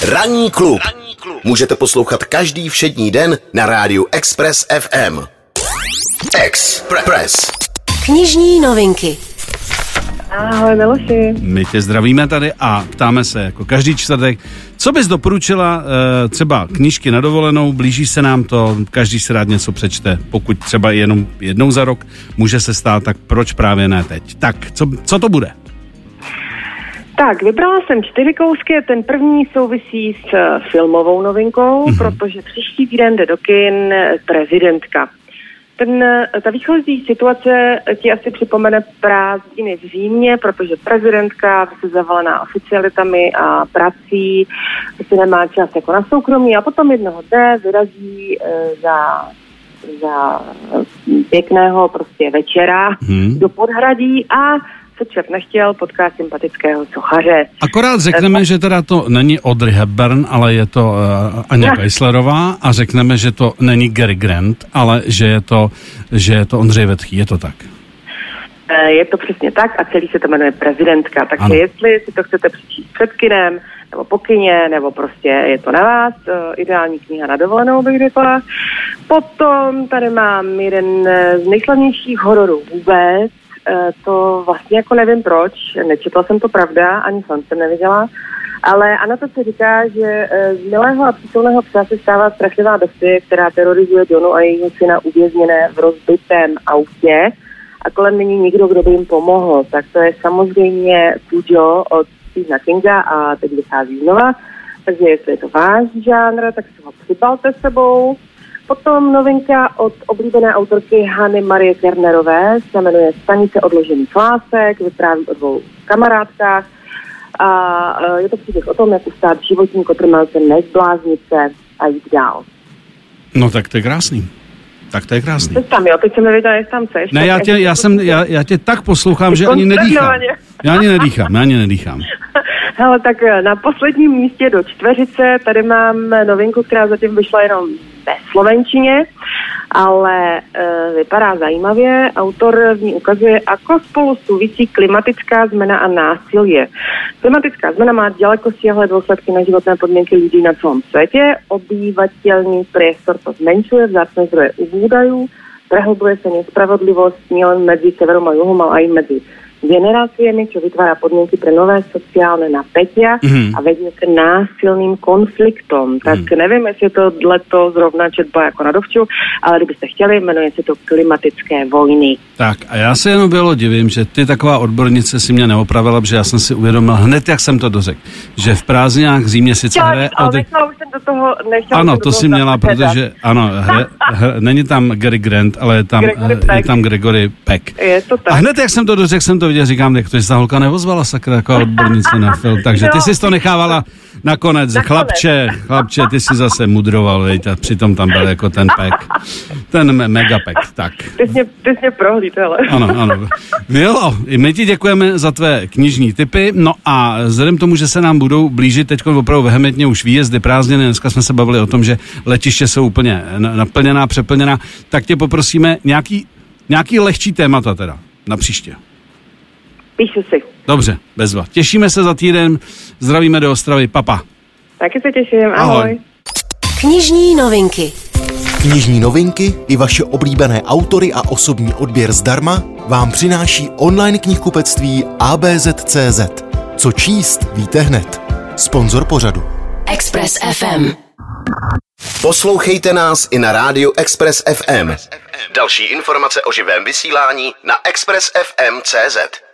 Ranní klub můžete poslouchat každý všední den na rádiu Express FM. Express. Knižní novinky. Ahoj Miloši. My tě zdravíme tady a ptáme se jako každý čtvrtek, co bys doporučila třeba knížky na dovolenou, blíží se nám to, každý si rád něco přečte, pokud třeba jenom jednou za rok může se stát, tak proč právě ne teď? Tak, co to bude? Tak, vybrala jsem 4 kousky, ten první souvisí s filmovou novinkou, protože příští týden jde do kin Prezidentka. Ta výchozí situace ti asi připomene prázdniny v Římě, protože prezidentka je zavalená oficialitami a prací, si nemá čas jako na soukromí a potom jednoho dne vyrazí za pěkného prostě večera do podhradí a se čert nechtěl potká sympatického sochaře. Akorát řekneme, že teda to není Audrey Hepburn, ale je to Anja Geislerová a řekneme, že to není Gary Grant, ale že je to Ondřej Vetchý, je to tak? Je to přesně tak a celý se to jmenuje Prezidentka, takže ano. Jestli si to chcete přečíst před kinem, nebo po kině, nebo prostě je to na vás, ideální kniha na dovolenou bych řekla. Potom tady mám jeden z nejslavnějších hororů vůbec, to vlastně jako nevím proč, nečetla jsem to, pravda, ani film jsem neviděla, ale ano, to se říká, že z milého a přítelného psa se stává strašlivá bestie, která terorizuje Donu a jejího syna uvězněné v rozbitém autě a kolem není nikdo, kdo by jim pomohl. Tak to je samozřejmě Cujo od Stephena Kinga a teď vychází znova, takže jestli je to váš žánr, tak si ho přibalte sebou. Potom novinka od oblíbené autorky Hany Marie Kernerové se jmenuje Stanice odložených lásek, vypráví o 2 kamarádkách a je to příběh o tom, jak ustát životním kotrmelcem, nezbláznit se a jít dál. No tak to je krásný. Jsi tam, jo, teď jsem nevěděla, jestli tam chceš. Ne, já tě tak poslouchám, že ani nedýchám. Já ani nedýchám. Hele, tak na posledním místě do čtveřice tady mám novinku, která zatím vyšla jenom ve slovenčině, ale vypadá zajímavě. Autor v ní ukazuje, ako spolu souvisí klimatická zmena a násilie. Klimatická zmena má ďalekosiahle dôsledky na životné podmienky ľudí na celom svete. Obyvateľný priestor to zmenšuje, vzácne zdroje ubúdajú, prehlbuje sa nespravodlivosť nielen medzi severom a juhom, ale aj medzi generáciami, čo vytvára podmienky pre nové sociálne napätia a vedie k násilným konfliktom. Tak nevím, jestli je to leto zrovna četba jako na dovču, ale kdybyste chtěli, jmenuje se to Klimatické vojny. Tak a já se jenom bylo divím, že ty taková odbornice si mě neopravila, protože já jsem si uvědomil hned, jak jsem to dořekl, že v prázdninách Římě sice hraje... Ano, to si měla, protože ano, není tam Gary Grant, ale je tam Gregory Peck. Je to tak. A hned, jak jsem to dořekl, jsem to viděl, říkám, jak to je ta holka neozvala, sakra, taková odbornice na film, takže ty jsi to nechávala nakonec, chlapče, ty jsi zase mudroval, veď, a přitom tam byl jako ten Peck, ten megapek, tak. Ty jsi mě prohlíd, hele. Ano. Jo, i my ti děkujeme za tvé knižní tipy, no a vzhledem tomu, že se nám budou blížit teď opravdu vehementně už výjezdy, prázdniny, dneska jsme se bavili o tom, že letiště jsou úplně naplněná, přeplněná, tak tě poprosíme nějaký lehčí témata teda na příště. Píšu si. Dobře, bezva. Těšíme se za týden, zdravíme do Ostravy, papa. Taky se těším, ahoj. Knižní novinky. Knižní novinky i vaše oblíbené autory a osobní odběr zdarma vám přináší online knihkupectví ABZ.cz. Co číst, víte hned. Sponzor pořadu. Express FM. Poslouchejte nás i na rádiu Express FM. Další informace o živém vysílání na expressfm.cz.